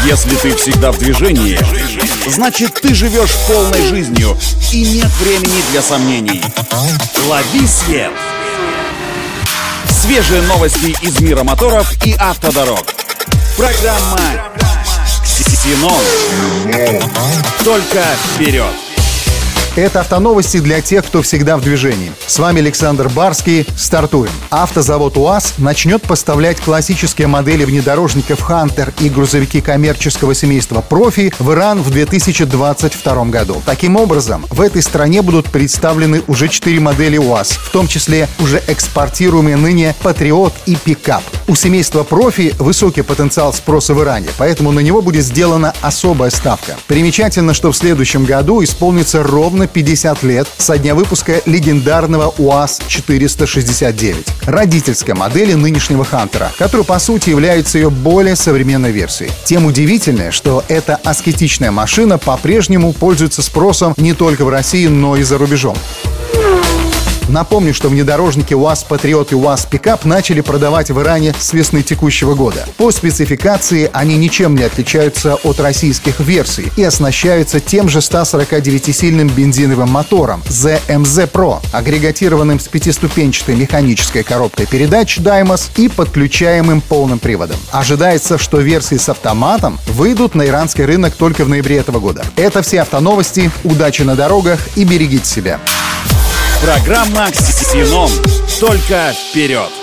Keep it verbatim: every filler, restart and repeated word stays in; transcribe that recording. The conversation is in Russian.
Если ты всегда в движении, значит, ты живешь полной жизнью и нет времени для сомнений. Лови свет! Свежие новости из мира моторов и автодорог. Программа «Ксенон». Только вперед! Это автоновости для тех, кто всегда в движении. С вами Александр Барский. Стартуем. Автозавод УАЗ начнет поставлять классические модели внедорожников «Хантер» и грузовики коммерческого семейства «Профи» в Иран в две тысячи двадцать втором году. Таким образом, в этой стране будут представлены уже четыре модели УАЗ, в том числе уже экспортируемые ныне «Патриот» и «Пикап». У семейства «Профи» высокий потенциал спроса в Иране, поэтому на него будет сделана особая ставка. Примечательно, что в следующем году исполнится ровно пятьдесят лет со дня выпуска легендарного УАЗ четыреста шестьдесят девять, родительской модели нынешнего «Хантера», который по сути является ее более современной версией. Тем удивительнее, что эта аскетичная машина по-прежнему пользуется спросом не только в России, но и за рубежом. Напомню, что внедорожники УАЗ «Патриот» и УАЗ «Пикап» начали продавать в Иране с весны текущего года. По спецификации они ничем не отличаются от российских версий и оснащаются тем же ста сорока девятисильным бензиновым мотором зет эм зет про, агрегатированным с пятиступенчатой механической коробкой передач Даймос и подключаемым полным приводом. Ожидается, что версии с автоматом выйдут на иранский рынок только в ноябре этого года. Это все автоновости. Удачи на дорогах и берегите себя. Программа «Ксенон». Только вперед!